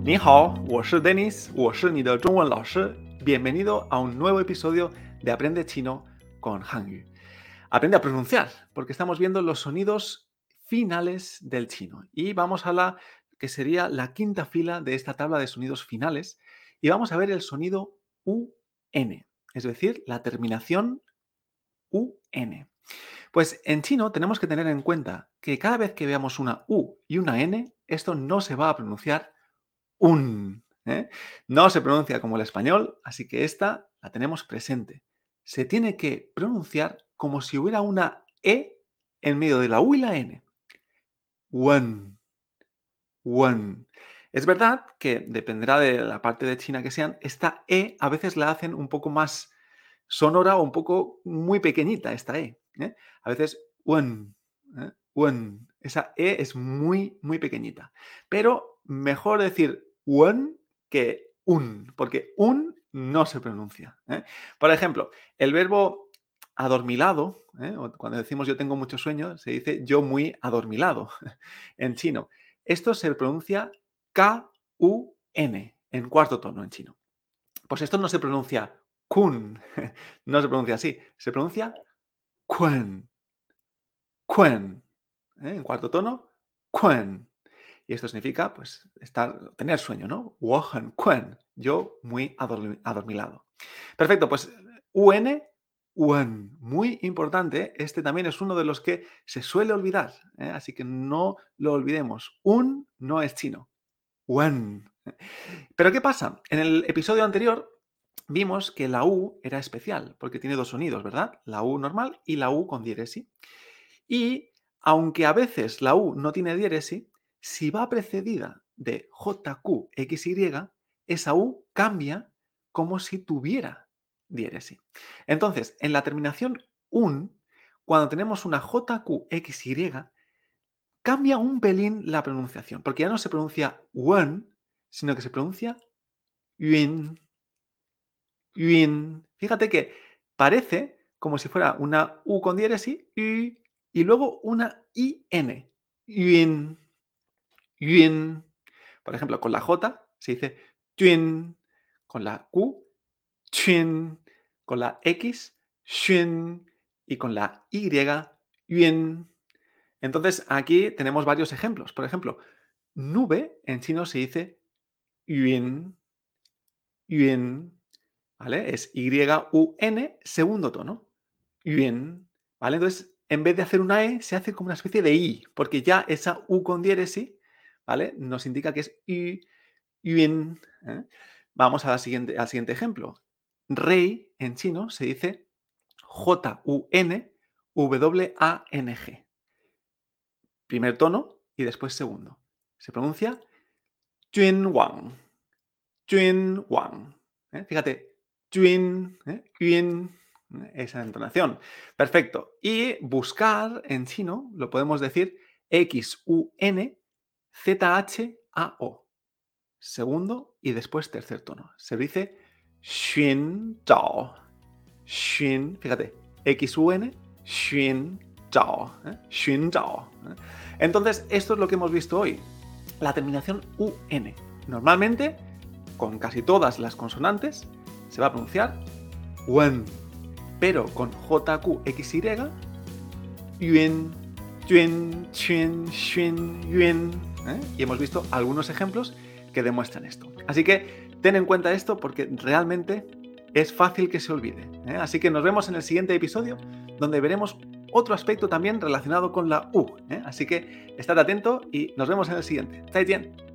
你好，我是 Dennis，我是你的中文老师。Bienvenido a un nuevo episodio de Aprende Chino con Hangyu. Aprende a pronunciar, porque estamos viendo los sonidos finales del chino. Y vamos a la que sería la quinta fila de esta tabla de sonidos finales. Y vamos a ver el sonido UN, es decir, la terminación UN. Pues en chino tenemos que tener en cuenta que cada vez que veamos una U y una N, esto no se va a pronunciar un. No se pronuncia como el español, así que esta la tenemos presente. Se tiene que pronunciar como si hubiera una E en medio de la U y la N. Wen, wen. Es verdad que dependerá de la parte de China que sean, esta E a veces la hacen un poco más sonora o un poco muy pequeñita, esta E. A veces wen, wen. Esa E es muy, muy pequeñita. Pero mejor decir wen que un, porque un no se pronuncia. Por ejemplo, el verbo adormilado, o cuando decimos yo tengo mucho sueño, se dice yo muy adormilado en chino. Esto se pronuncia K-U-N, en cuarto tono en chino. Pues esto no se pronuncia kun, no se pronuncia así, se pronuncia kun, kun, en cuarto tono, kun. Y esto significa, pues, tener sueño, ¿no? 我很困, yo muy adormilado. Perfecto, pues UN, UN, muy importante. Este también es uno de los que se suele olvidar, así que no lo olvidemos. Un no es chino. UN. Pero ¿qué pasa? En el episodio anterior vimos que la U era especial, porque tiene dos sonidos, ¿verdad? La U normal y la U con diéresis. Y aunque a veces la U no tiene diéresis, si va precedida de JQXY, esa U cambia como si tuviera diéresis. Entonces, en la terminación un, cuando tenemos una JQXY, cambia un pelín la pronunciación, porque ya no se pronuncia wen, sino que se pronuncia yun. Yun. Fíjate que parece como si fuera una U con diéresis y luego una IN. Yun. Yun. Por ejemplo, con la J se dice yun, con la Q, chun, con la X, shun y con la Y, yun. Entonces aquí tenemos varios ejemplos. Por ejemplo, nube en chino se dice yun, yun. ¿Vale? Es Y-U-N, segundo tono. Yun, ¿vale? Entonces, en vez de hacer una E, se hace como una especie de I, porque ya esa U con diéresis, ¿vale? Nos indica que es Y, yun. Vamos al siguiente ejemplo. Rey en chino se dice J-U-N-W-A-N-G. Primer tono y después segundo. Se pronuncia Junwang. Junwang. Fíjate, Yun, Yun, esa entonación. Perfecto. Y buscar en chino lo podemos decir X-U-N-Z-H-A-O. Segundo y después tercer tono. Se dice Xun Zhao. Xun, fíjate, X-U-N, Xun Zhao. Xun Zhao. Entonces, esto es lo que hemos visto hoy. La terminación UN. Normalmente, con casi todas las consonantes, se va a pronunciar wen, pero con JQXY, yun, yun, chun, shun, yun. Y hemos visto algunos ejemplos que demuestran esto. Así que ten en cuenta esto porque realmente es fácil que se olvide. Así que nos vemos en el siguiente episodio donde veremos otro aspecto también relacionado con la U. Así que estad atento y nos vemos en el siguiente. 再见.